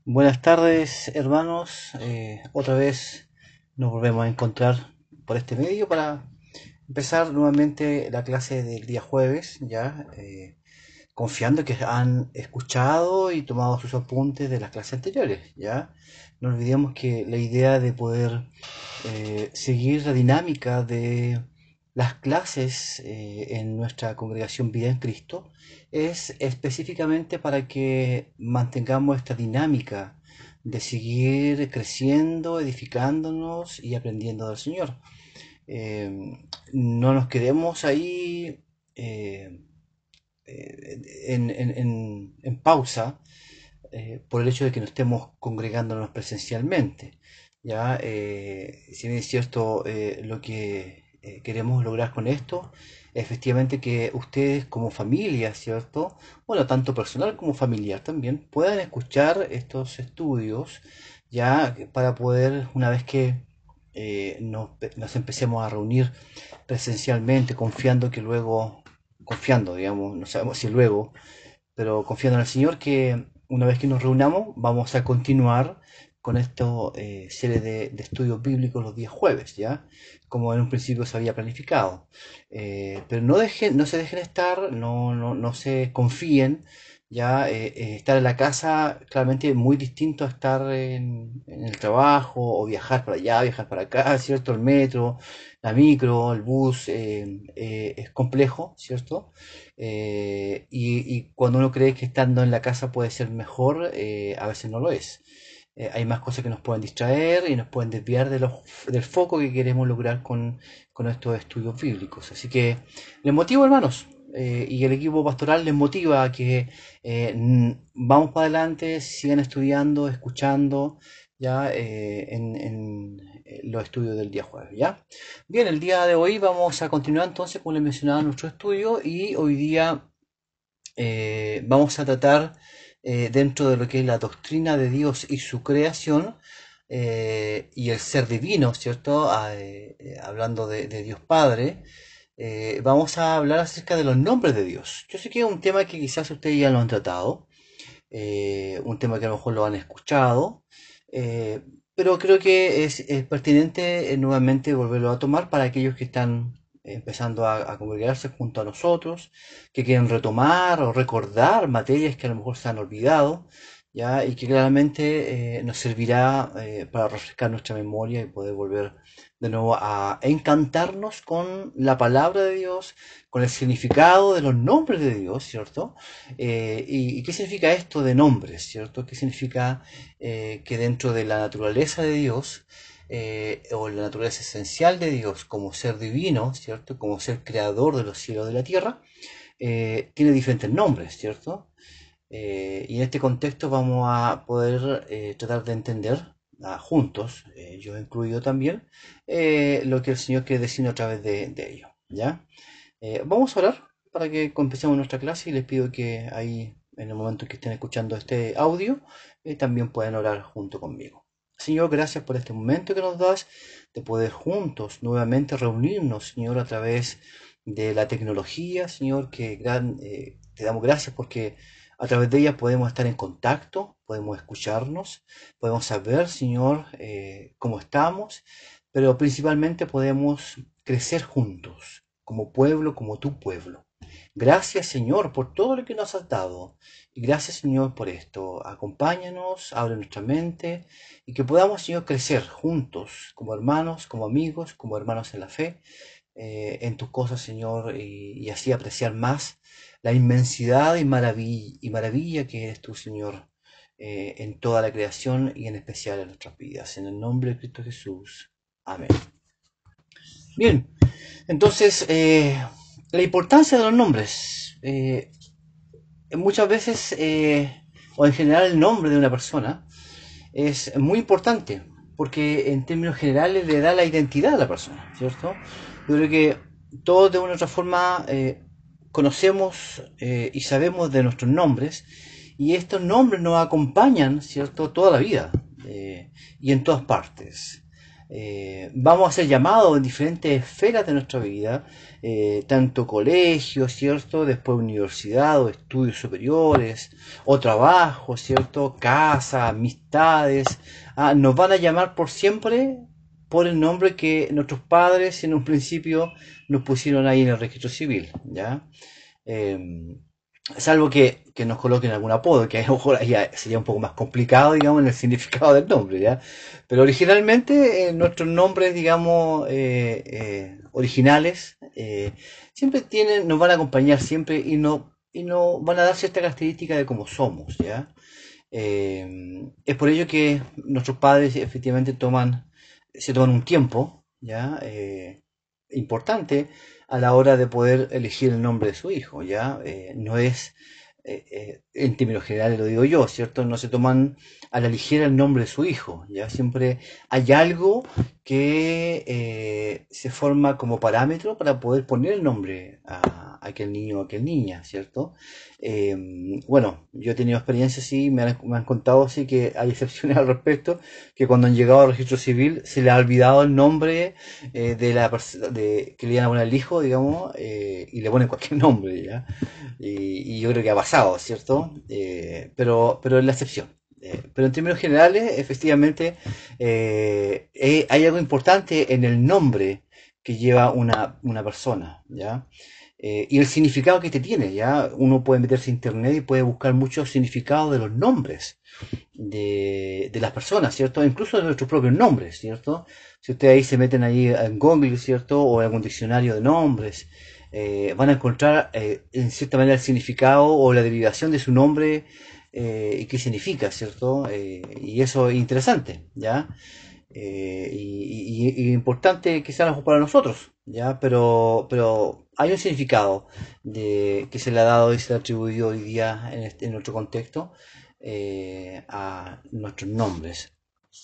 Buenas tardes, hermanos. Otra vez nos volvemos a encontrar por este medio para empezar nuevamente la clase del día jueves, ya confiando que han escuchado y tomado sus apuntes de las clases anteriores, ya. No olvidemos que la idea de poder seguir la dinámica de las clases en nuestra congregación Vida en Cristo es específicamente para que mantengamos esta dinámica de seguir creciendo, edificándonos y aprendiendo del Señor. Eh, no nos quedemos ahí en pausa por el hecho de que no estemos congregándonos presencialmente. Ya, si bien es cierto, lo que queremos lograr con esto, efectivamente que ustedes como familia, ¿cierto? Bueno, tanto personal como familiar también, puedan escuchar estos estudios, ya para poder, una vez que nos empecemos a reunir presencialmente, confiando, digamos, no sabemos si luego, pero confiando en el Señor que una vez que nos reunamos vamos a continuar con esta serie de estudios bíblicos los días jueves, ¿ya? Como en un principio se había planificado. Pero no se dejen estar, no se confíen, ya estar en la casa claramente es muy distinto a estar en el trabajo o viajar para allá, viajar para acá, ¿cierto? El metro, la micro, el bus, es complejo, ¿cierto? Y cuando uno cree que estando en la casa puede ser mejor, a veces no lo es. Hay más cosas que nos pueden distraer y nos pueden desviar del foco que queremos lograr con estos estudios bíblicos. Así que les motivo, hermanos, y el equipo pastoral les motiva a que vamos para adelante, sigan estudiando, escuchando ya los estudios del día jueves, ¿ya? Bien, el día de hoy vamos a continuar entonces, como les mencionaba, nuestro estudio y hoy día vamos a tratar dentro de lo que es la doctrina de Dios y su creación y el ser divino, ¿cierto? Hablando de Dios Padre, vamos a hablar acerca de los nombres de Dios. Yo sé que es un tema que quizás ustedes ya lo han tratado, un tema que a lo mejor lo han escuchado, eh, pero creo que es pertinente nuevamente volverlo a tomar para aquellos que están empezando a congregarse junto a nosotros, que quieren retomar o recordar materias que a lo mejor se han olvidado, ¿ya? Y que claramente nos servirá para refrescar nuestra memoria y poder volver de nuevo a encantarnos con la palabra de Dios, con el significado de los nombres de Dios, ¿cierto? ¿Y qué significa esto de nombres, cierto? ¿Qué significa que dentro de la naturaleza de Dios, o la naturaleza esencial de Dios como ser divino, cierto? Como ser creador de los cielos y de la tierra, tiene diferentes nombres, cierto? Y en este contexto vamos a poder tratar de entender juntos, yo incluido también, lo que el Señor quiere decirnos a través de ello, ¿ya? Vamos a orar para que empecemos nuestra clase y les pido que ahí, en el momento que estén escuchando este audio, también puedan orar junto conmigo. Señor, gracias por este momento que nos das de poder juntos nuevamente reunirnos, Señor, a través de la tecnología, Señor, te damos gracias porque a través de ella podemos estar en contacto, podemos escucharnos, podemos saber, Señor, cómo estamos, pero principalmente podemos crecer juntos como pueblo, como tu pueblo. Gracias, Señor, por todo lo que nos has dado. Y gracias, Señor, por esto. Acompáñanos, abre nuestra mente y que podamos, Señor, crecer juntos, como hermanos, como amigos, como hermanos en la fe, en tus cosas, Señor, y así apreciar más la inmensidad y maravilla que eres tú, Señor, en toda la creación y en especial en nuestras vidas. En el nombre de Cristo Jesús. Amén. Bien, entonces, la importancia de los nombres. Muchas veces, o en general, el nombre de una persona es muy importante, porque en términos generales le da la identidad a la persona, ¿cierto? Yo creo que todos de una u otra forma conocemos y sabemos de nuestros nombres, y estos nombres nos acompañan, ¿cierto?, toda la vida y en todas partes. Vamos a ser llamados en diferentes esferas de nuestra vida, tanto colegio, ¿cierto? Después universidad o estudios superiores, o trabajo, ¿cierto? Casa, amistades. Nos van a llamar por siempre por el nombre que nuestros padres en un principio nos pusieron ahí en el registro civil, ¿ya? Eh, Salvo que nos coloquen algún apodo, que a lo mejor ya sería un poco más complicado, digamos, en el significado del nombre, ¿ya? Pero originalmente nuestros nombres, digamos, originales, siempre nos van a acompañar siempre y no van a dar cierta característica de cómo somos, ¿ya? Es por ello que nuestros padres efectivamente se toman un tiempo, ¿ya? Importante a la hora de poder elegir el nombre de su hijo, ¿ya? No es, en términos generales lo digo yo, ¿cierto? No se toman a la ligera el nombre de su hijo, ¿ya? Siempre hay algo que se forma como parámetro para poder poner el nombre a aquel niño o aquel niña, ¿cierto? Eh, bueno, yo he tenido experiencias así, me han contado así que hay excepciones al respecto, que cuando han llegado al registro civil se les ha olvidado el nombre de la persona que le iban a poner al hijo, digamos, y le ponen cualquier nombre, ¿ya? Y yo creo que ha pasado, ¿cierto? Pero es la excepción. Pero en términos generales, efectivamente, hay algo importante en el nombre que lleva una persona, ¿ya? Y el significado que este tiene, ¿ya? Uno puede meterse a internet y puede buscar muchos significados de los nombres de las personas, ¿cierto? Incluso de nuestros propios nombres, ¿cierto? Si ustedes ahí se meten ahí en Google, ¿cierto? O en algún diccionario de nombres, van a encontrar en cierta manera el significado o la derivación de su nombre y qué significa, ¿cierto? Y eso es interesante, ¿ya? Y importante quizás para nosotros, ¿ya? Pero hay un significado que se le ha dado y se le ha atribuido hoy día en nuestro contexto a nuestros nombres.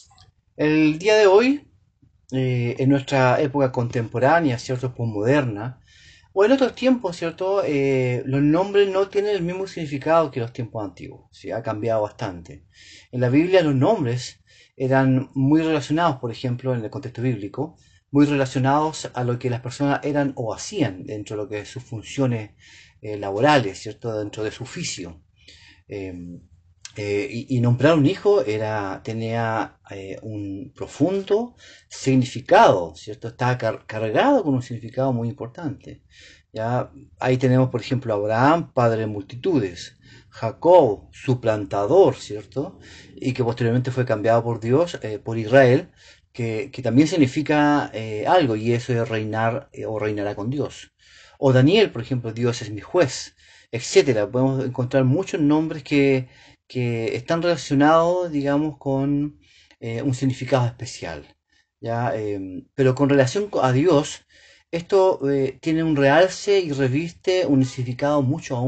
El día de hoy, en nuestra época contemporánea, ¿cierto? Postmoderna, o en otros tiempos, ¿cierto? Los nombres no tienen el mismo significado que los tiempos antiguos, ¿sí? Ha cambiado bastante. En la Biblia los nombres eran muy relacionados, por ejemplo, en el contexto bíblico, muy relacionados a lo que las personas eran o hacían dentro de lo que es sus funciones laborales, ¿cierto? Dentro de su oficio. Eh, y nombrar un hijo tenía un profundo significado, ¿cierto? Estaba cargado con un significado muy importante. ¿Ya? Ahí tenemos, por ejemplo, Abraham, padre de multitudes, Jacob, suplantador, ¿cierto? Y que posteriormente fue cambiado por Dios, por Israel, que también significa algo, y eso es reinar o reinará con Dios. O Daniel, por ejemplo, Dios es mi juez, etcétera. Podemos encontrar muchos nombres que están relacionados, digamos, con un significado especial, ¿ya? Pero con relación a Dios, esto tiene un realce y reviste un significado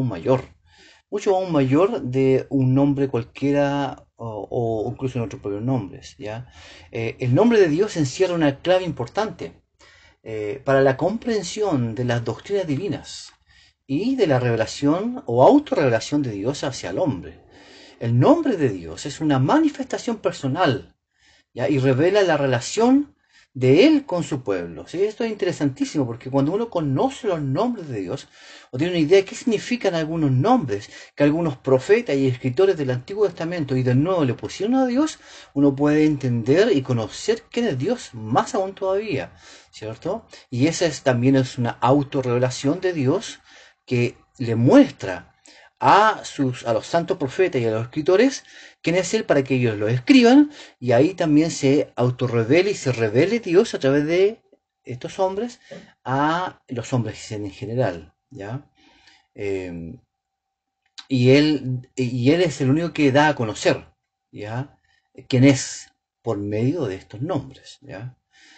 mucho aún mayor de un nombre cualquiera o incluso en otros propios nombres, ¿ya? El nombre de Dios encierra una clave importante para la comprensión de las doctrinas divinas y de la revelación o autorrevelación de Dios hacia el hombre. El nombre de Dios es una manifestación personal, ¿ya? Y revela la relación de Él con su pueblo. ¿Sí? Esto es interesantísimo porque cuando uno conoce los nombres de Dios o tiene una idea de qué significan algunos nombres que algunos profetas y escritores del Antiguo Testamento y del Nuevo le pusieron a Dios, uno puede entender y conocer quién es Dios más aún todavía, ¿cierto? Y también es una autorrevelación de Dios que le muestra a los santos profetas y a los escritores quién es Él para que ellos lo escriban y ahí también se autorrevele y se revele Dios a través de estos hombres a los hombres en general, ¿ya? Eh, y él es el único que da a conocer, ¿ya? Quién es por medio de estos nombres, ¿ya?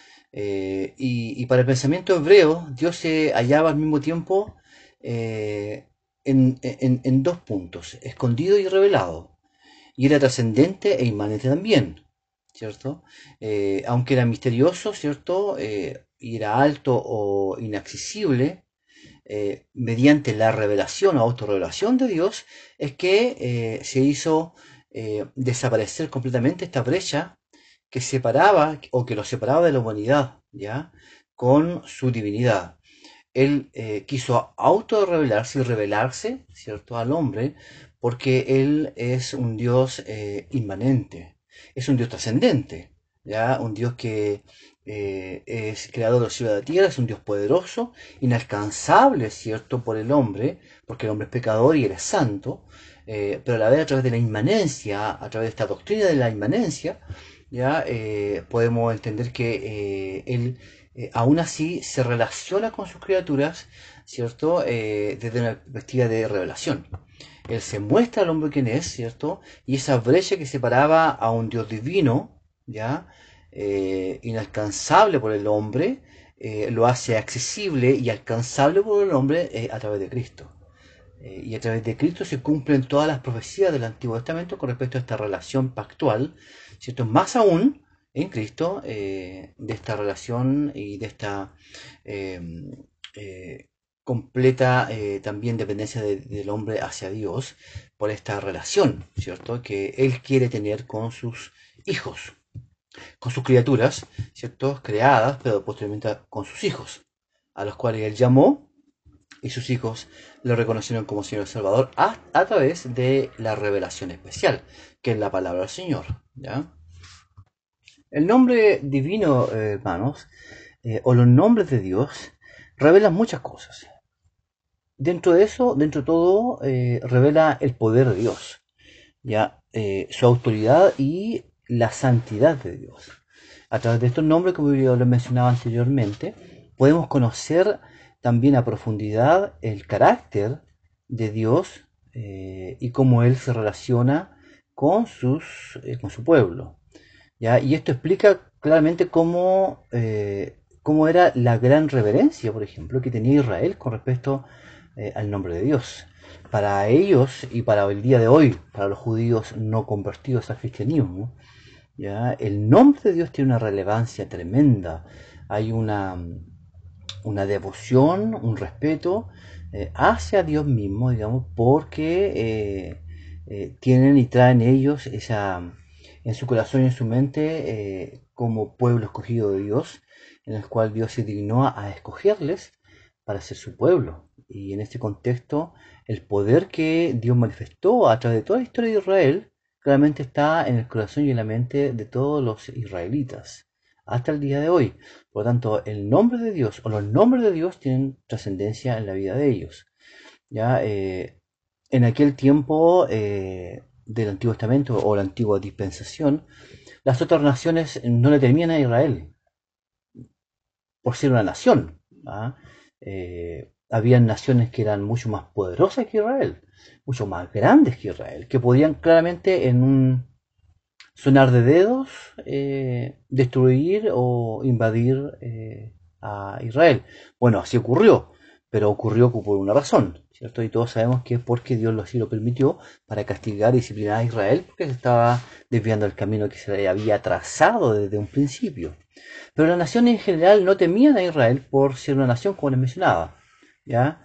Y para el pensamiento hebreo, Dios se hallaba al mismo tiempo eh, en dos puntos, escondido y revelado. Y era trascendente e inmanente también, ¿cierto? Aunque era misterioso, ¿cierto? Y era alto o inaccesible, mediante la revelación o autorrevelación de Dios, es que se hizo desaparecer completamente esta brecha que separaba o que lo separaba de la humanidad, ¿ya? Con su divinidad. Él quiso autorrevelarse y revelarse, ¿cierto?, al hombre, porque él es un Dios inmanente, es un Dios trascendente, ¿ya? Un Dios que es creador de los cielos y de la tierra, es un Dios poderoso, inalcanzable, ¿cierto?, por el hombre, porque el hombre es pecador y él es santo, pero a la vez a través de la inmanencia, a través de esta doctrina de la inmanencia, ya podemos entender que él aún así se relaciona con sus criaturas, ¿cierto? Desde una perspectiva de revelación. Él se muestra al hombre quien es, ¿cierto? Y esa brecha que separaba a un Dios divino, ¿ya? Inalcanzable por el hombre, lo hace accesible y alcanzable por el hombre a través de Cristo. Y a través de Cristo se cumplen todas las profecías del Antiguo Testamento con respecto a esta relación pactual, ¿cierto? Más aún en Cristo, de esta relación y de esta eh, eh, completa también dependencia del hombre hacia Dios por esta relación, ¿cierto? Que Él quiere tener con sus hijos, con sus criaturas, ¿cierto? Creadas, pero posteriormente con sus hijos, a los cuales Él llamó y sus hijos lo reconocieron como Señor y Salvador a través de la revelación especial, que es la palabra del Señor, ¿ya? El nombre divino, hermanos, o los nombres de Dios, revelan muchas cosas. Dentro de eso, dentro de todo, revela el poder de Dios, ¿ya? Su autoridad y la santidad de Dios. A través de estos nombres, como yo les mencionaba anteriormente, podemos conocer también a profundidad el carácter de Dios y cómo Él se relaciona con su pueblo. ¿Ya? Y esto explica claramente cómo era la gran reverencia, por ejemplo, que tenía Israel con respecto al nombre de Dios. Para ellos y para el día de hoy, para los judíos no convertidos al cristianismo, ¿ya? El nombre de Dios tiene una relevancia tremenda. Hay una devoción, un respeto hacia Dios mismo, digamos, porque tienen y traen ellos en su corazón y en su mente como pueblo escogido de Dios, en el cual Dios se dignó a escogerles para ser su pueblo. Y en este contexto, el poder que Dios manifestó a través de toda la historia de Israel, claramente está en el corazón y en la mente de todos los israelitas, hasta el día de hoy. Por lo tanto, el nombre de Dios o los nombres de Dios tienen trascendencia en la vida de ellos. ¿Ya? En aquel tiempo del Antiguo Testamento o la antigua dispensación, las otras naciones no le temían a Israel por ser una nación. ¿Ah? Habían naciones que eran mucho más poderosas que Israel, mucho más grandes que Israel, que podían claramente en un sonar de dedos destruir o invadir a Israel. Bueno, así ocurrió, pero ocurrió por una razón, ¿cierto? Y todos sabemos que es porque Dios así lo permitió para castigar y disciplinar a Israel porque se estaba desviando del camino que se le había trazado desde un principio. Pero las naciones en general no temían a Israel por ser una nación, como les mencionaba. ¿Ya?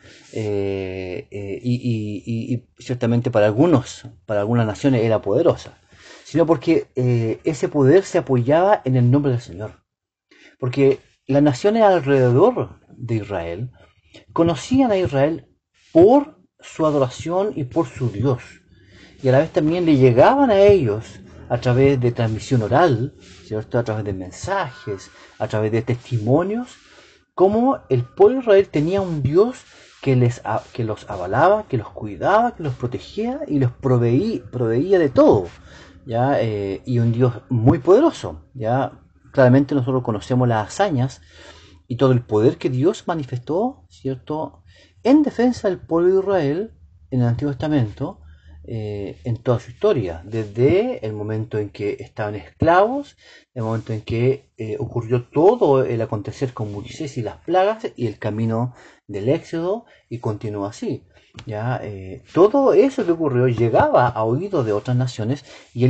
Y ciertamente para algunas naciones era poderosa, sino porque ese poder se apoyaba en el nombre del Señor. Porque las naciones alrededor de Israel conocían a Israel por su adoración y por su Dios. Y a la vez también le llegaban a ellos a través de transmisión oral, ¿cierto? A través de mensajes, a través de testimonios, cómo el pueblo de Israel tenía un Dios que los avalaba, que los cuidaba, que los protegía y los proveía de todo, ¿ya? Y un Dios muy poderoso, ¿ya? Claramente nosotros conocemos las hazañas y todo el poder que Dios manifestó, ¿cierto? En defensa del pueblo de Israel en el Antiguo Testamento, en toda su historia, desde el momento en que estaban esclavos, el momento en que ocurrió todo el acontecer con Moisés y las plagas y el camino del Éxodo y continúa así. ¿Ya? Todo eso que ocurrió llegaba a oídos de otras naciones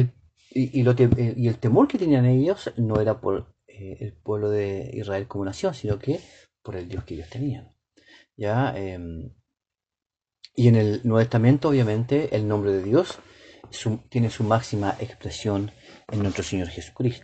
y el temor que tenían ellos no era por el pueblo de Israel como nación, sino que por el Dios que ellos tenían. ¿Ya? Y en el Nuevo Testamento, obviamente, el nombre de Dios tiene su máxima expresión en nuestro Señor Jesucristo.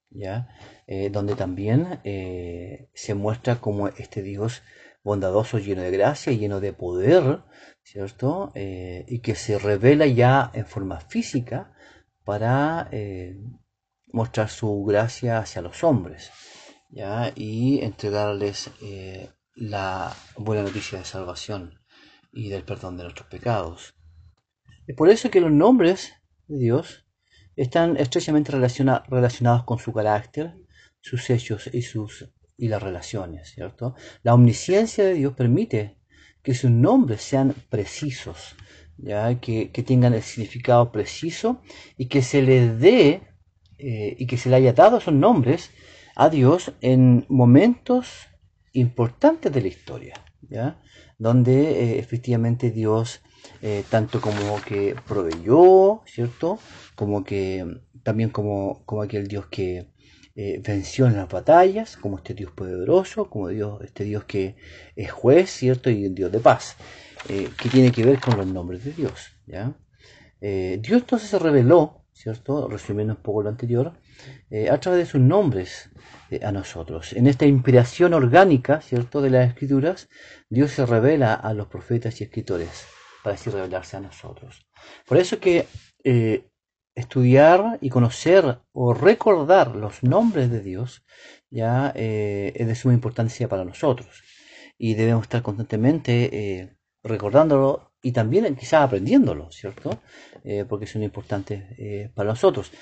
¿ya? Donde también se muestra como este Dios bondadoso, lleno de gracia y lleno de poder, ¿cierto? Y que se revela ya en forma física para mostrar su gracia hacia los hombres, ¿ya? Y entregarles la buena noticia de salvación y del perdón de nuestros pecados. Es por eso que los nombres de Dios están estrechamente relacionados con su carácter, sus hechos y las relaciones, ¿cierto? La omnisciencia de Dios permite que sus nombres sean precisos, ¿ya? Que tengan el significado preciso y que se le dé y que se le haya dado esos nombres a Dios en momentos importantes de la historia, ¿ya? Donde efectivamente Dios tanto como que proveyó, ¿cierto? Como que también como aquel Dios que venció en las batallas, como este Dios poderoso, como Dios, este Dios que es juez, ¿cierto? Y un Dios de paz, que tiene que ver con los nombres de Dios, ¿ya? Dios entonces se reveló, ¿cierto? Resumiendo un poco lo anterior, a través de sus nombres a nosotros. En esta inspiración orgánica, ¿cierto? De las escrituras, Dios se revela a los profetas y escritores para así revelarse a nosotros. Por eso que estudiar y conocer o recordar los nombres de Dios ya es de suma importancia para nosotros y debemos estar constantemente recordándolo y también quizás aprendiéndolo, ¿cierto? Porque son importantes para nosotros.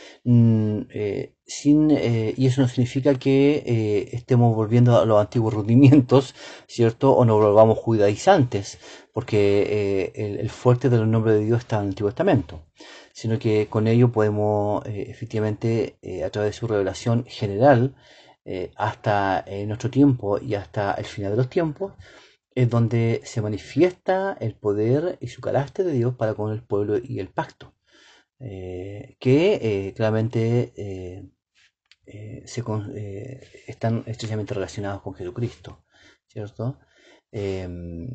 Y eso no significa que estemos volviendo a los antiguos rudimientos, ¿cierto? O nos volvamos judaizantes, porque el fuerte de los nombres de Dios está en el Antiguo Testamento, sino que con ello podemos efectivamente, a través de su revelación general, hasta nuestro tiempo y hasta el final de los tiempos, es donde se manifiesta el poder y su carácter de Dios para con el pueblo y el pacto, que claramente están estrechamente relacionados con Jesucristo, ¿cierto? Eh,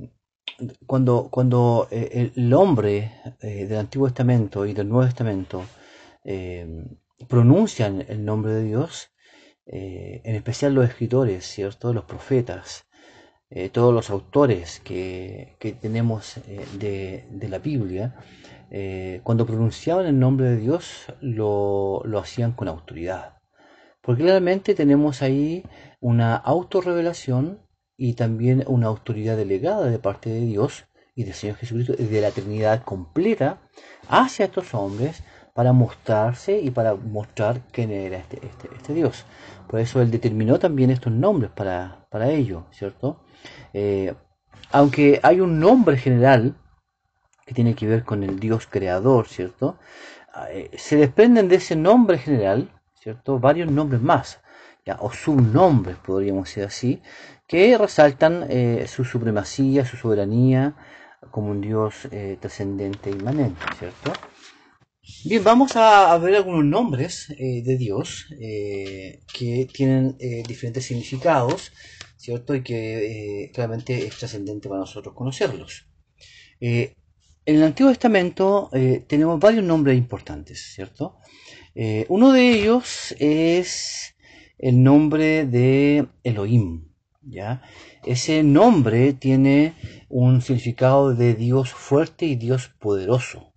cuando el hombre del Antiguo Testamento y del Nuevo Testamento pronuncian el nombre de Dios, en especial los escritores, ¿cierto? Los profetas, todos los autores que tenemos de la Biblia, cuando pronunciaban el nombre de Dios lo hacían con autoridad. Porque claramente tenemos ahí una autorrevelación y también una autoridad delegada de parte de Dios y del Señor Jesucristo, de la Trinidad completa, hacia estos hombres para mostrarse y para mostrar quién era este Dios. Por eso Él determinó también estos nombres para ello, ¿cierto? Eh, Aunque hay un nombre general que tiene que ver con el Dios creador, ¿cierto? Se desprenden de ese nombre general, ¿cierto? Varios nombres más, ¿ya? O subnombres, podríamos decir así, que resaltan su supremacía, su soberanía como un Dios trascendente e inmanente, ¿cierto? Bien, vamos a ver algunos nombres de Dios que tienen diferentes significados, ¿cierto? Y que claramente es trascendente para nosotros conocerlos. Eh, en el Antiguo Testamento tenemos varios nombres importantes, ¿cierto? Uno de ellos es el nombre de Elohim, ¿ya? Ese nombre tiene un significado de Dios fuerte y Dios poderoso.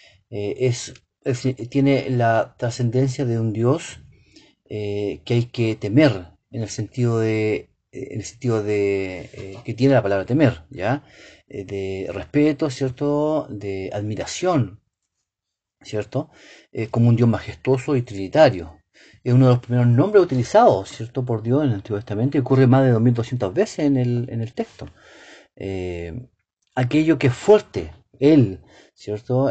Tiene la trascendencia de un Dios que hay que temer en el sentido de que tiene la palabra temer, ¿ya? De respeto, ¿cierto? De admiración, ¿cierto? Como un Dios majestuoso y trinitario. Es uno de los primeros nombres utilizados, ¿cierto? Por Dios en el Antiguo Testamento y ocurre más de 2200 veces en el texto. Eh, Aquello que es fuerte, Él, ¿cierto?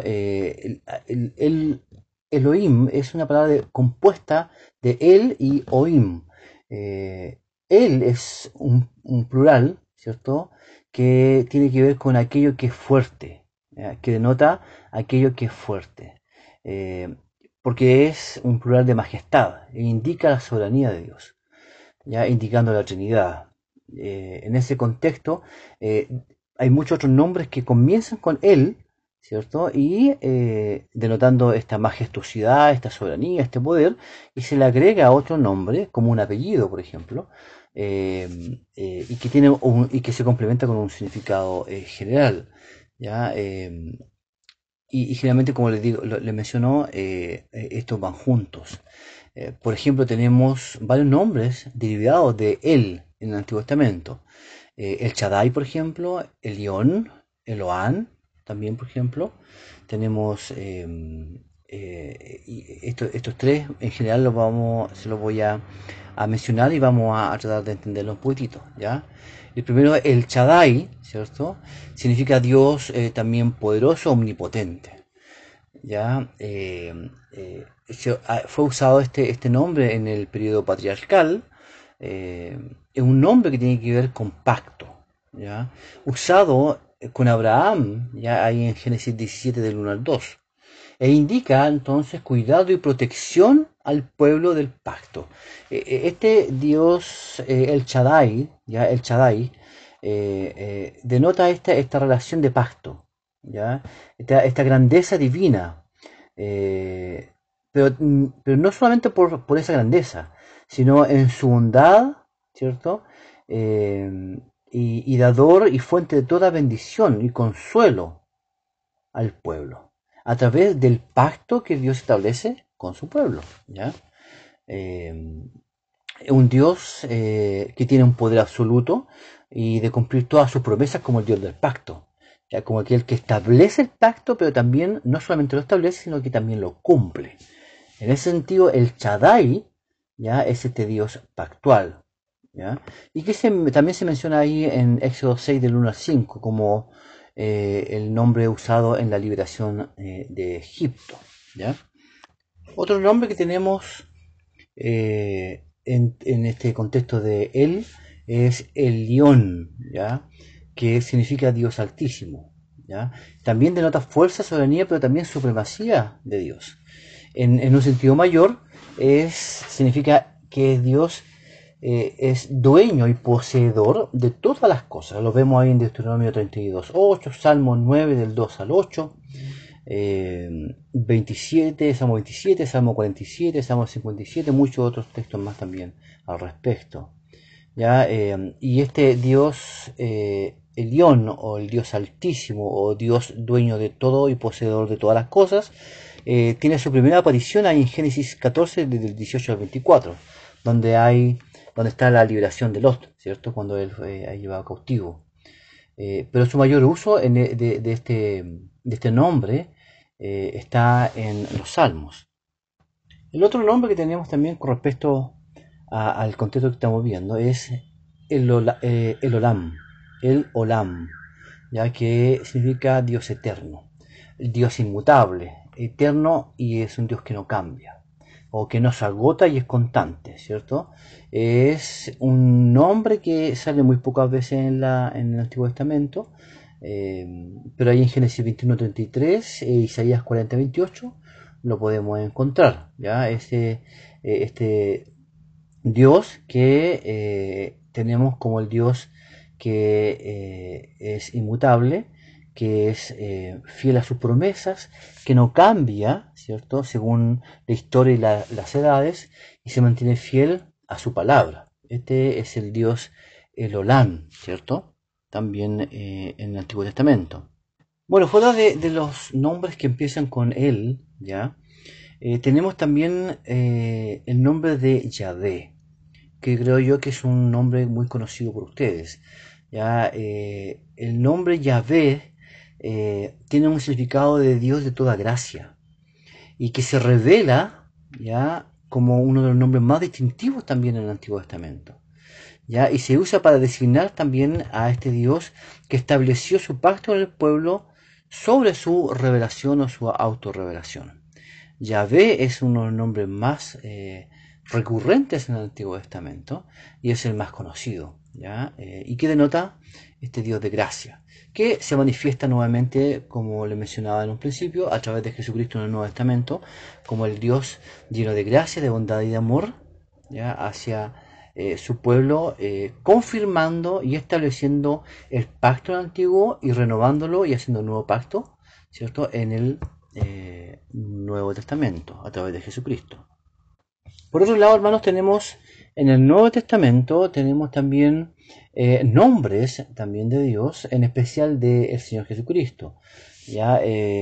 Elohim es una palabra compuesta de Él y Oim. Él es un plural, ¿cierto? Que tiene que ver con aquello que es fuerte, ¿ya? Que denota aquello que es fuerte. Eh, Porque es un plural de majestad e indica la soberanía de Dios, ya indicando la Trinidad. En ese contexto, eh, hay muchos otros nombres que comienzan con él, ¿cierto? Y denotando esta majestuosidad, esta soberanía, este poder, y se le agrega otro nombre, como un apellido, por ejemplo, y que y que se complementa con un significado general, ¿ya? Y generalmente, como les digo, les mencionó, estos van juntos. Por ejemplo, tenemos varios nombres derivados de él en el Antiguo Testamento. El Shaddai, por ejemplo, Elión, Eloán, también, por ejemplo. Tenemos estos tres, en general, se los voy a mencionar y vamos a tratar de entenderlo un poquitito, ¿ya? El primero, el Shaddai, ¿cierto? Significa Dios también poderoso, omnipotente. ¿Ya? Fue usado este nombre en el periodo patriarcal. Es un nombre que tiene que ver con pacto, ¿ya? Usado con Abraham, ya ahí en Génesis 17 del 1 al 2, e indica entonces cuidado y protección al pueblo del pacto. Este Dios, el Shaddai, ya el Shaddai, denota esta relación de pacto, ¿ya? Esta grandeza divina, eh, pero no solamente por esa grandeza, sino en su bondad, ¿cierto? Y dador y fuente de toda bendición y consuelo al pueblo, a través del pacto que Dios establece con su pueblo, ¿ya? Eh, un Dios que tiene un poder absoluto y de cumplir todas sus promesas como el Dios del pacto, ya como aquel que establece el pacto, pero también no solamente lo establece, sino que también lo cumple. En ese sentido, el Shaddai ya es este Dios pactual, ¿ya? Y que también se menciona ahí en Éxodo 6 del 1 al 5 como el nombre usado en la liberación de Egipto, ¿ya? Otro nombre que tenemos en este contexto de él es el León, ¿ya? Que significa Dios altísimo, ¿ya? También denota fuerza, soberanía, pero también supremacía de Dios. En un sentido mayor, significa que Dios es dueño y poseedor de todas las cosas. Lo vemos ahí en Deuteronomio 32:8, Salmo 9 del 2 al 8, 27, Salmo 27, Salmo 47, Salmo 57, muchos otros textos más también al respecto. ¿Ya? Y este Dios Elión, o el Dios Altísimo, o Dios dueño de todo y poseedor de todas las cosas, tiene su primera aparición ahí en Génesis 14, del 18 al 24, donde está la liberación de Lot, ¿cierto? Cuando él fue llevado cautivo. Pero su mayor uso de este nombre está en los Salmos. El otro nombre que tenemos también con respecto al contexto que estamos viendo es el Olam, el Olam, ya que significa Dios eterno, el Dios inmutable, eterno, y es un Dios que no cambia o que no se agota y es constante, ¿cierto? Es un nombre que sale muy pocas veces en el Antiguo Testamento, pero ahí en Génesis 21:33 e Isaías 40:28 lo podemos encontrar, ¿ya? Este Dios que tenemos como el Dios que es inmutable, que es fiel a sus promesas, que no cambia, ¿cierto? Según la historia y las edades, y se mantiene fiel a su palabra. Este es el Dios el Olam, ¿cierto? También en el Antiguo Testamento. Bueno, fuera de los nombres que empiezan con él, ¿ya? Tenemos también el nombre de Yahvé, que creo yo que es un nombre muy conocido por ustedes. Ya, el nombre Yahvé tiene un significado de Dios de toda gracia y que se revela ya como uno de los nombres más distintivos también en el Antiguo Testamento. ¿Ya? Y se usa para designar también a este Dios que estableció su pacto con el pueblo sobre su revelación o su autorrevelación. Yahvé es uno de los nombres más recurrentes en el Antiguo Testamento y es el más conocido, ¿ya? Y que denota este Dios de gracia, que se manifiesta nuevamente, como le mencionaba en un principio, a través de Jesucristo en el Nuevo Testamento, como el Dios lleno de gracia, de bondad y de amor, ¿ya? Hacia su pueblo, confirmando y estableciendo el pacto antiguo y renovándolo y haciendo un nuevo pacto, ¿cierto? En el Nuevo Testamento, a través de Jesucristo. Por otro lado, hermanos, tenemos en el Nuevo Testamento, tenemos también nombres también de Dios, en especial del Señor Jesucristo. Ya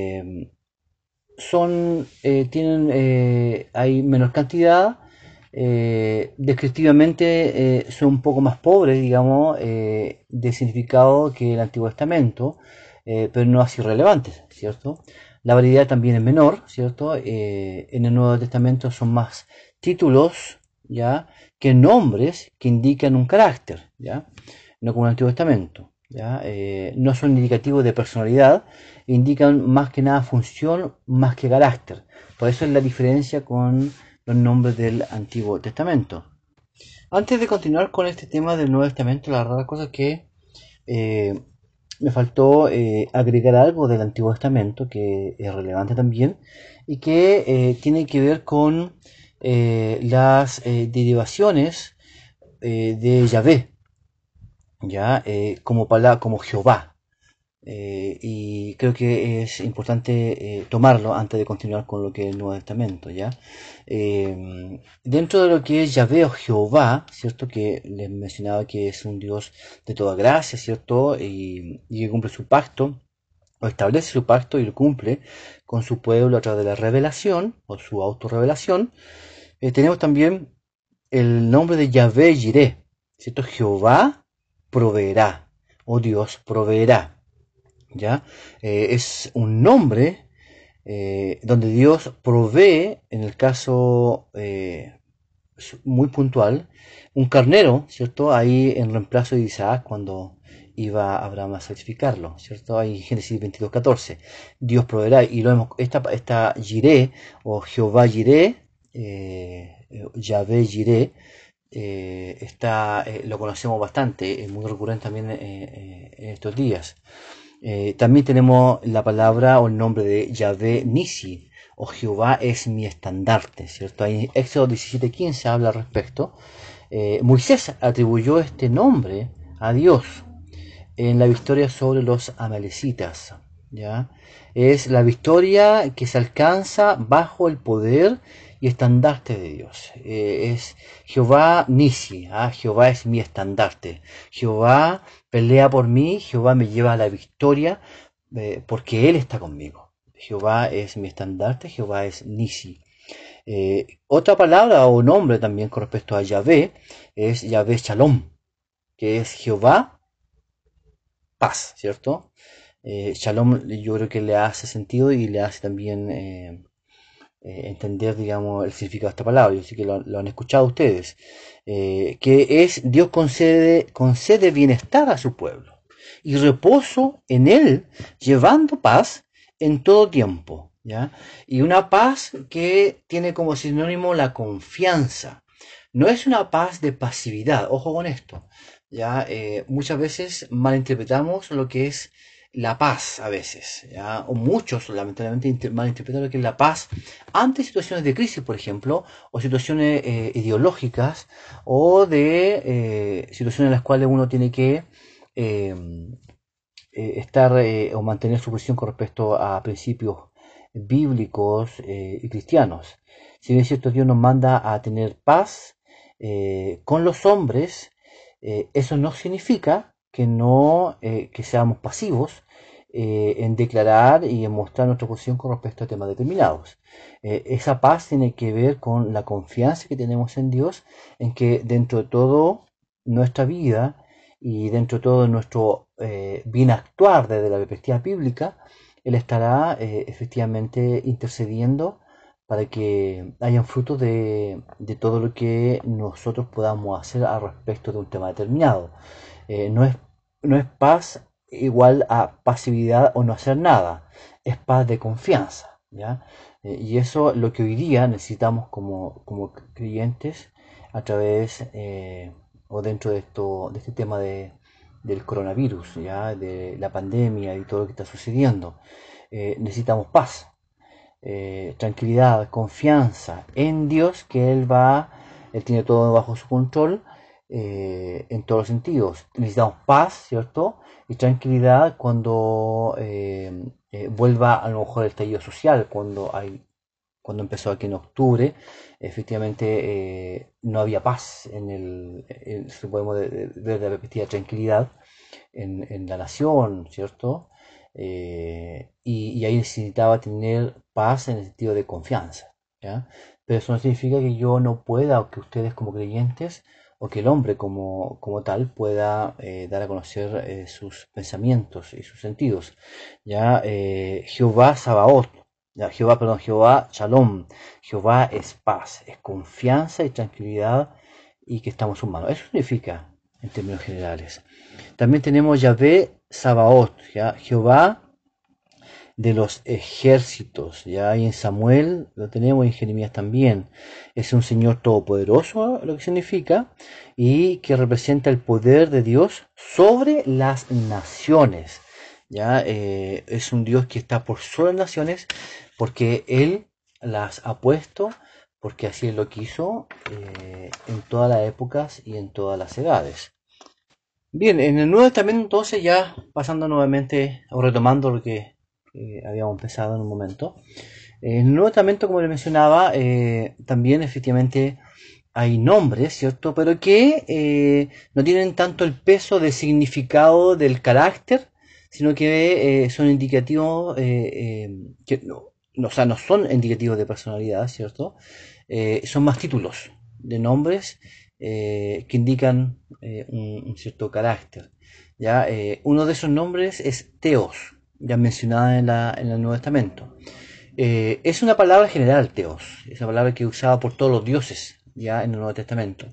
tienen, hay menor cantidad, descriptivamente son un poco más pobres, digamos, de significado que el Antiguo Testamento, pero no así relevantes, ¿cierto? La variedad también es menor, ¿cierto? En el Nuevo Testamento son más títulos, ¿ya? Que nombres que indican un carácter, ¿ya? No como el Antiguo Testamento, ¿ya? No son indicativos de personalidad, indican más que nada función más que carácter. Por eso es la diferencia con los nombres del Antiguo Testamento. Antes de continuar con este tema del Nuevo Testamento, la verdad cosa es que eh, me faltó agregar algo del Antiguo Testamento que es relevante también y que tiene que ver con las derivaciones de Yahvé, ya como Jehová. Y creo que es importante tomarlo antes de continuar con lo que es el Nuevo Testamento, ¿ya? Dentro de lo que es Yahvé o Jehová, ¿cierto? Que les mencionaba que es un Dios de toda gracia, ¿cierto? Y que cumple su pacto, o establece su pacto y lo cumple con su pueblo a través de la revelación, o su autorrevelación. Tenemos también el nombre de Yahvé Jireh, ¿cierto? Jehová proveerá, o Dios proveerá. ¿Ya? Es un nombre donde Dios provee, en el caso muy puntual, un carnero, ¿cierto? Ahí en reemplazo de Isaac cuando iba Abraham a sacrificarlo, ¿cierto? Ahí en Génesis 22:14. Dios proveerá, y lo vemos, esta Jireh, o Jehová Jireh, Yahvé Jireh, lo conocemos bastante, es muy recurrente también en estos días. También tenemos la palabra o el nombre de Yahvé Nisi, o Jehová es mi estandarte, ¿cierto? Ahí en Éxodo 17:15 habla al respecto. Moisés atribuyó este nombre a Dios en la victoria sobre los amalecitas, ¿ya? Es la victoria que se alcanza bajo el poder y estandarte de Dios. Es Jehová Nisi, ¿ah? Jehová es mi estandarte. Jehová pelea por mí, Jehová me lleva a la victoria porque Él está conmigo. Jehová es mi estandarte, Jehová es Nisi. Otra palabra o nombre también con respecto a Yahvé es Yahvé Shalom, que es Jehová paz, ¿cierto? Shalom yo creo que le hace sentido y le hace también entender, digamos, el significado de esta palabra. Yo sé que lo han escuchado ustedes. Que es Dios concede bienestar a su pueblo y reposo en él, llevando paz en todo tiempo, ¿ya? Y una paz que tiene como sinónimo la confianza. No es una paz de pasividad, ojo con esto, ¿ya? Muchas veces malinterpretamos lo que es la paz a veces, ¿ya? O muchos lamentablemente malinterpretan lo que es la paz ante situaciones de crisis, por ejemplo, o situaciones ideológicas, o de situaciones en las cuales uno tiene que eh, estar o mantener su posición con respecto a principios bíblicos y cristianos. Si bien es cierto, Dios nos manda a tener paz con los hombres, eso no significa que no que seamos pasivos en declarar y en mostrar nuestra posición con respecto a temas determinados. Esa paz tiene que ver con la confianza que tenemos en Dios, en que dentro de todo nuestra vida y dentro de todo nuestro bien actuar desde la perspectiva bíblica, Él estará efectivamente intercediendo para que hayan frutos de todo lo que nosotros podamos hacer al respecto de un tema determinado. No no es paz igual a pasividad o no hacer nada, es paz de confianza, ¿ya? Y eso es lo que hoy día necesitamos como creyentes a través o dentro de este tema del coronavirus, ¿ya? De la pandemia y todo lo que está sucediendo. Necesitamos paz, tranquilidad, confianza en Dios, que Él tiene todo bajo su control en todos los sentidos. Necesitamos paz, ¿cierto? Y tranquilidad cuando vuelva a lo mejor el estallido social cuando empezó aquí en octubre. Efectivamente no había paz si podemos ver de la perspectiva de tranquilidad en la nación, ¿cierto? Y ahí necesitaba tener paz en el sentido de confianza, ¿ya? Pero eso no significa que yo no pueda, o que ustedes como creyentes, o que el hombre como tal pueda dar a conocer sus pensamientos y sus sentidos. ¿Ya? Jehová Sabaoth, ya, Jehová, perdón, Jehová Shalom, Jehová es paz, es confianza y tranquilidad y que estamos humanos. Eso significa en términos generales. También tenemos Yahvé Sabaoth, ¿ya? Jehová de los ejércitos, ya, y en Samuel lo tenemos, y en Jeremías también. Es un Señor todopoderoso, lo que significa, y que representa el poder de Dios sobre las naciones. Ya, es un Dios que está por sobre las naciones, porque Él las ha puesto, porque así Él lo quiso, en todas las épocas y en todas las edades. Bien, en el Nuevo Testamento entonces, ya pasando nuevamente o retomando lo que habíamos empezado en un momento. En el Nuevo Testamento, como les mencionaba, también efectivamente hay nombres, ¿cierto? Pero que no tienen tanto el peso de significado del carácter, sino que son indicativos, que o sea, no son indicativos de personalidad, ¿cierto? Son más títulos de nombres que indican un cierto carácter. ¿Ya? Uno de esos nombres es Teos, ya mencionada en el Nuevo Testamento. Es una palabra general, Teos, es una palabra que es usada por todos los dioses ya en el Nuevo Testamento.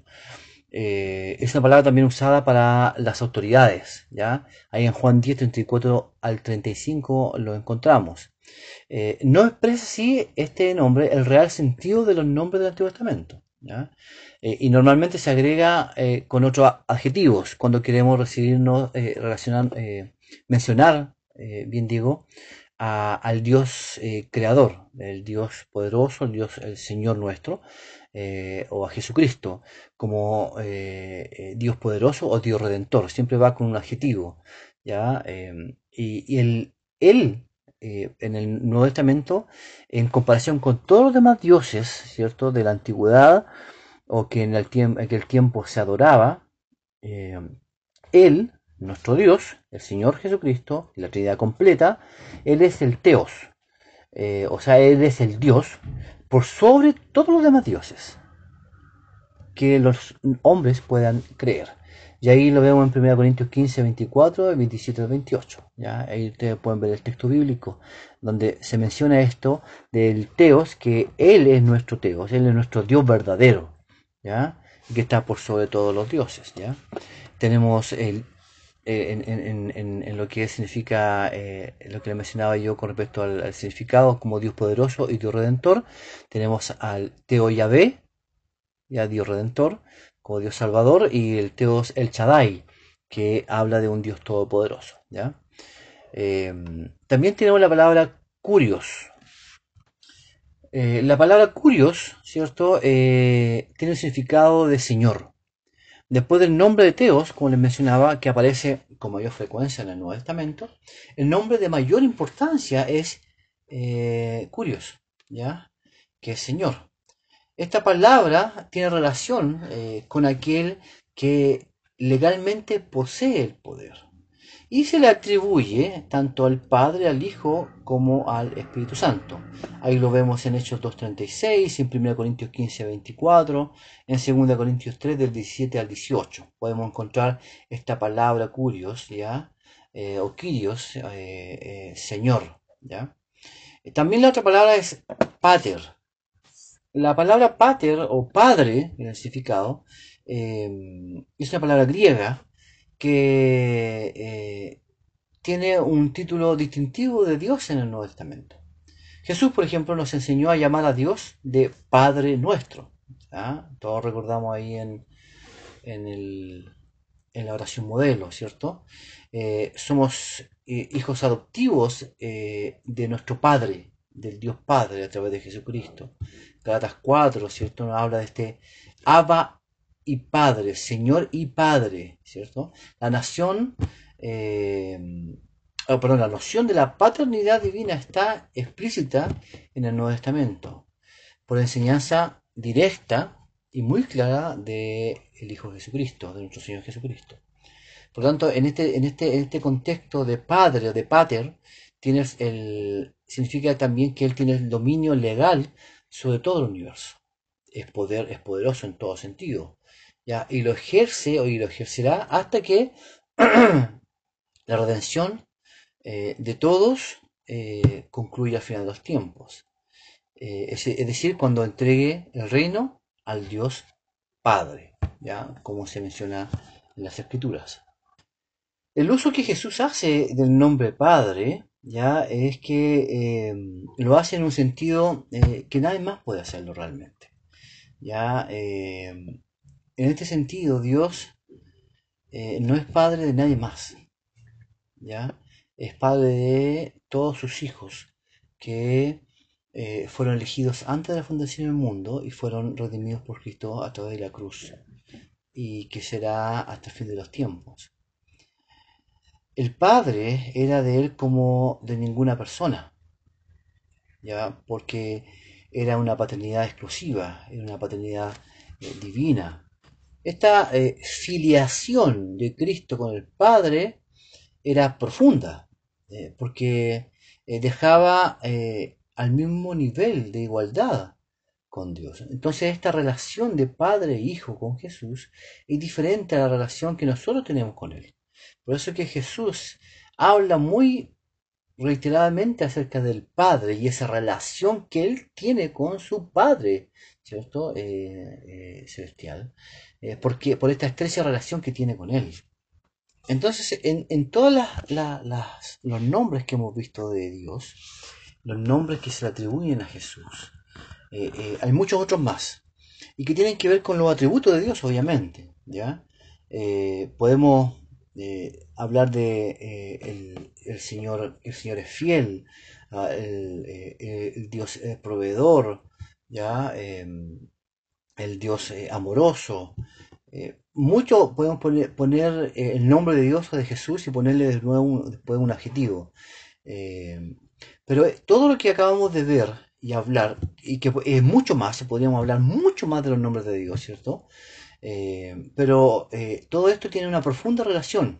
Es una palabra también usada para las autoridades, ¿ya? Ahí en Juan 10, 34 al 35 lo encontramos. No expresa así este nombre el real sentido de los nombres del Antiguo Testamento, ¿ya? Y normalmente se agrega con otros adjetivos cuando queremos recibirnos, relacionar, mencionar, bien digo, al Dios creador, el Dios poderoso, el Señor nuestro, o a Jesucristo como Dios poderoso o Dios redentor. Siempre va con un adjetivo, ¿ya? Él en el Nuevo Testamento, en comparación con todos los demás dioses, ¿cierto? De la antigüedad, o que en aquel tiempo se adoraba, eh, Él, nuestro Dios, el Señor Jesucristo, la Trinidad completa, Él es el Teos, o sea, Él es el Dios por sobre todos los demás dioses que los hombres puedan creer. Y ahí lo vemos en 1 Corintios 15, 24 y 27 al 28. ¿Ya? Ahí ustedes pueden ver el texto bíblico donde se menciona esto del Teos, que Él es nuestro Teos, Él es nuestro Dios verdadero, ¿ya? Y que está por sobre todos los dioses. ¿Ya? Tenemos en lo que significa, lo que le mencionaba yo con respecto al significado como Dios poderoso y Dios redentor, tenemos al Teo Yahvé, ya Dios Redentor, como Dios Salvador, y el Teos El Shaddai, que habla de un Dios todopoderoso. ¿Ya? También tenemos la palabra curios. La palabra curios, ¿cierto? Tiene un significado de Señor. Después del nombre de Teos, como les mencionaba, que aparece con mayor frecuencia en el Nuevo Testamento, el nombre de mayor importancia es Curios, ¿ya? Que es Señor. Esta palabra tiene relación con aquel que legalmente posee el poder y se le atribuye tanto al Padre, al Hijo, como al Espíritu Santo. Ahí lo vemos en Hechos 2.36, en 1 Corintios 15.24, en 2 Corintios 3, del 17 al 18. Podemos encontrar esta palabra curios, ¿ya? O kyrios, Señor, ¿ya? También la otra palabra es pater. La palabra pater o padre, en el significado, es una palabra griega que tiene un título distintivo de Dios en el Nuevo Testamento. Jesús, por ejemplo, nos enseñó a llamar a Dios de Padre nuestro. ¿Ah? Todos recordamos ahí en, el, en la oración modelo, ¿cierto? Somos hijos adoptivos de nuestro Padre, del Dios Padre a través de Jesucristo. Galatas 4, ¿cierto? Nos habla de este Abba y Padre, Señor y Padre, ¿cierto? La nación, perdón, la noción de la paternidad divina está explícita en el Nuevo Testamento, por enseñanza directa y muy clara del Hijo Jesucristo, de nuestro Señor Jesucristo. Por lo tanto, en este contexto de padre o de pater, significa también que él tiene el dominio legal sobre todo el universo. Es poderoso en todo sentido. ¿Ya? Y lo ejerce y lo ejercerá hasta que la redención de todos concluya al final de los tiempos. Es decir, cuando entregue el reino al Dios Padre, ¿ya? Como se menciona en las Escrituras. El uso que Jesús hace del nombre Padre, ya es que lo hace en un sentido que nadie más puede hacerlo realmente. Ya, en este sentido, Dios no es padre de nadie más, ya es padre de todos sus hijos que fueron elegidos antes de la fundación del mundo y fueron redimidos por Cristo a través de la cruz y que será hasta el fin de los tiempos. El Padre era de él como de ninguna persona, ¿ya? Porque era una paternidad exclusiva, era una paternidad divina. Esta filiación de Cristo con el Padre era profunda, porque dejaba al mismo nivel de igualdad con Dios. Entonces esta relación de padre e hijo con Jesús es diferente a la relación que nosotros tenemos con Él. Por eso que Jesús habla muy reiteradamente acerca del Padre y esa relación que Él tiene con su Padre, ¿cierto? Celestial, porque, por esta estrecha relación que tiene con Él. Entonces, en todos los nombres que hemos visto de Dios, los nombres que se le atribuyen a Jesús, hay muchos otros más, y que tienen que ver con los atributos de Dios, obviamente, ¿ya? Podemos hablar de el Señor es fiel, el Dios proveedor, ¿ya? El Dios amoroso. Mucho podemos poner el nombre de Dios o de Jesús y ponerle de nuevo después un adjetivo. Eh, pero todo lo que acabamos de ver y hablar, y que es mucho más, podríamos hablar mucho más de los nombres de Dios, ¿cierto? Pero todo esto tiene una profunda relación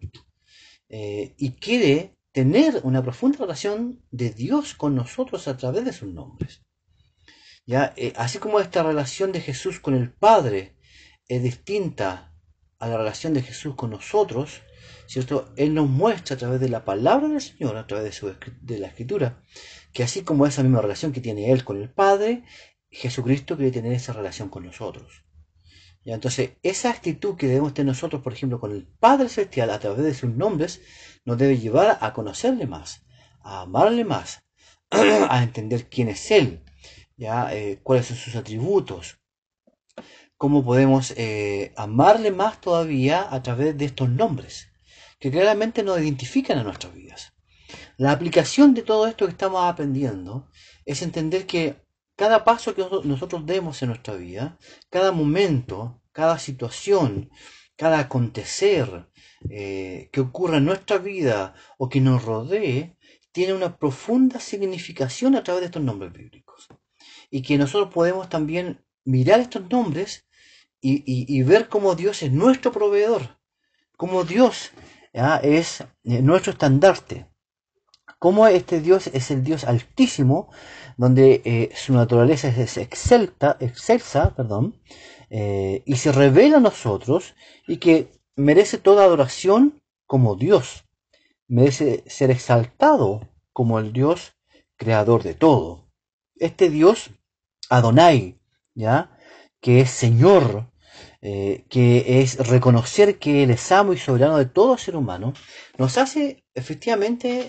y quiere tener una profunda relación de Dios con nosotros a través de sus nombres. ¿Ya? Así como esta relación de Jesús con el Padre es distinta a la relación de Jesús con nosotros, ¿cierto? Él nos muestra a través de la palabra del Señor, a través de la Escritura, que así como esa misma relación que tiene Él con el Padre, Jesucristo quiere tener esa relación con nosotros. ¿Ya? Entonces, esa actitud que debemos tener nosotros, por ejemplo, con el Padre Celestial a través de sus nombres, nos debe llevar a conocerle más, a amarle más, a entender quién es Él, ¿ya? Cuáles son sus atributos, cómo podemos amarle más todavía a través de estos nombres, que claramente nos identifican a nuestras vidas. La aplicación de todo esto que estamos aprendiendo es entender que cada paso que nosotros demos en nuestra vida, cada momento, cada situación, cada acontecer que ocurra en nuestra vida o que nos rodee, tiene una profunda significación a través de estos nombres bíblicos. Y que nosotros podemos también mirar estos nombres y ver cómo Dios es nuestro proveedor, cómo Dios ¿ya? Es nuestro estandarte, cómo este Dios es el Dios altísimo, donde su naturaleza es excelsa, perdón, y se revela a nosotros y que merece toda adoración como Dios, merece ser exaltado como el Dios creador de todo. Este Dios Adonai, ¿ya? Que es Señor, que es reconocer que Él es amo y soberano de todo ser humano, nos hace efectivamente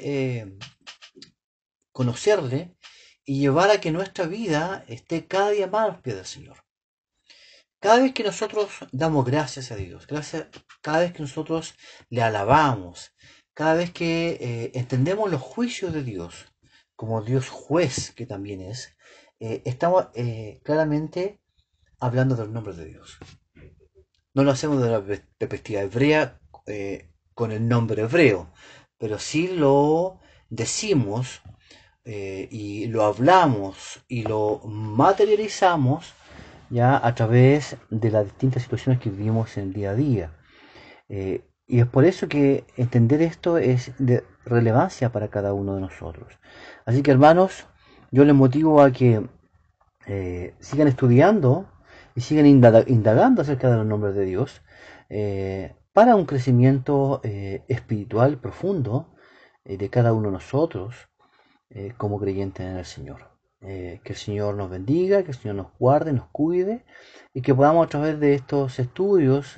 conocerle y llevar a que nuestra vida esté cada día más a los pies del Señor. Cada vez que nosotros damos gracias a Dios, cada vez que nosotros le alabamos, cada vez que entendemos los juicios de Dios como Dios juez que también es, estamos claramente hablando del nombre de Dios. No lo hacemos de la perspectiva hebrea con el nombre hebreo, pero sí lo decimos y lo hablamos y lo materializamos ya a través de las distintas situaciones que vivimos en el día a día. Y es por eso que entender esto es de relevancia para cada uno de nosotros. Así que hermanos, yo les motivo a que sigan estudiando y sigan indagando acerca de los nombres de Dios para un crecimiento espiritual profundo de cada uno de nosotros como creyentes en el Señor. Que el Señor nos bendiga, que el Señor nos guarde, nos cuide y que podamos a través de estos estudios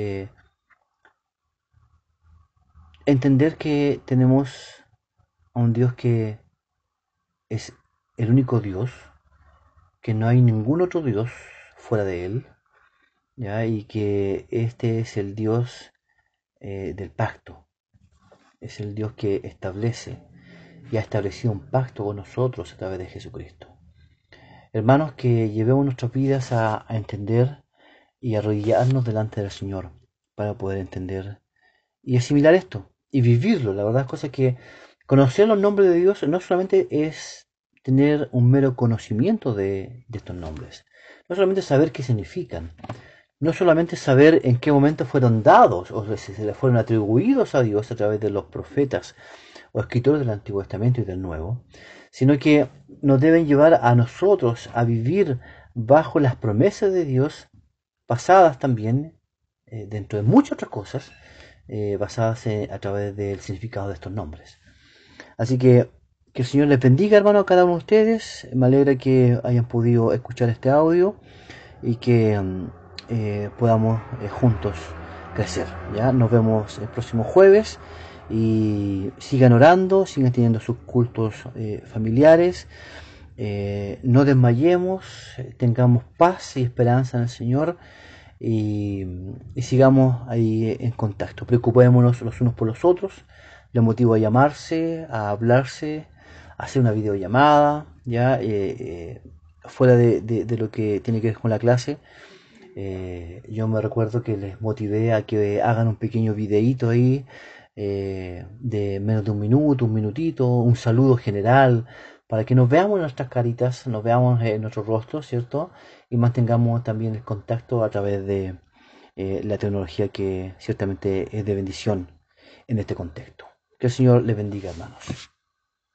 entender que tenemos a un Dios que es el único Dios, que no hay ningún otro Dios fuera de Él, ¿ya? Y que este es el Dios del pacto, es el Dios que establece y ha establecido un pacto con nosotros a través de Jesucristo. Hermanos, que llevemos nuestras vidas a entender y arrodillarnos delante del Señor para poder entender y asimilar esto y vivirlo. La verdad es cosa que conocer los nombres de Dios no solamente es tener un mero conocimiento de estos nombres, no solamente saber qué significan, no solamente saber en qué momento fueron dados o si se le fueron atribuidos a Dios a través de los profetas o escritores del Antiguo Testamento y del Nuevo, sino que nos deben llevar a nosotros a vivir bajo las promesas de Dios, basadas también, dentro de muchas otras cosas, basadas a través del significado de estos nombres. Así que el Señor les bendiga, hermano, a cada uno de ustedes. Me alegra que hayan podido escuchar este audio y que podamos juntos crecer. ¿Ya? Nos vemos el próximo jueves y sigan orando, sigan teniendo sus cultos familiares. No desmayemos, tengamos paz y esperanza en el Señor y sigamos ahí en contacto. Preocupémonos los unos por los otros. Les motivo a llamarse, a hablarse, a hacer una videollamada, ya fuera de lo que tiene que ver con la clase. Yo me recuerdo que les motivé a que hagan un pequeño videíto ahí de menos de un minuto, un minutito, un saludo general, para que nos veamos en nuestras caritas, nos veamos en nuestros rostros, ¿cierto? Y mantengamos también el contacto a través de la tecnología que ciertamente es de bendición en este contexto. Que el Señor les bendiga, hermanos.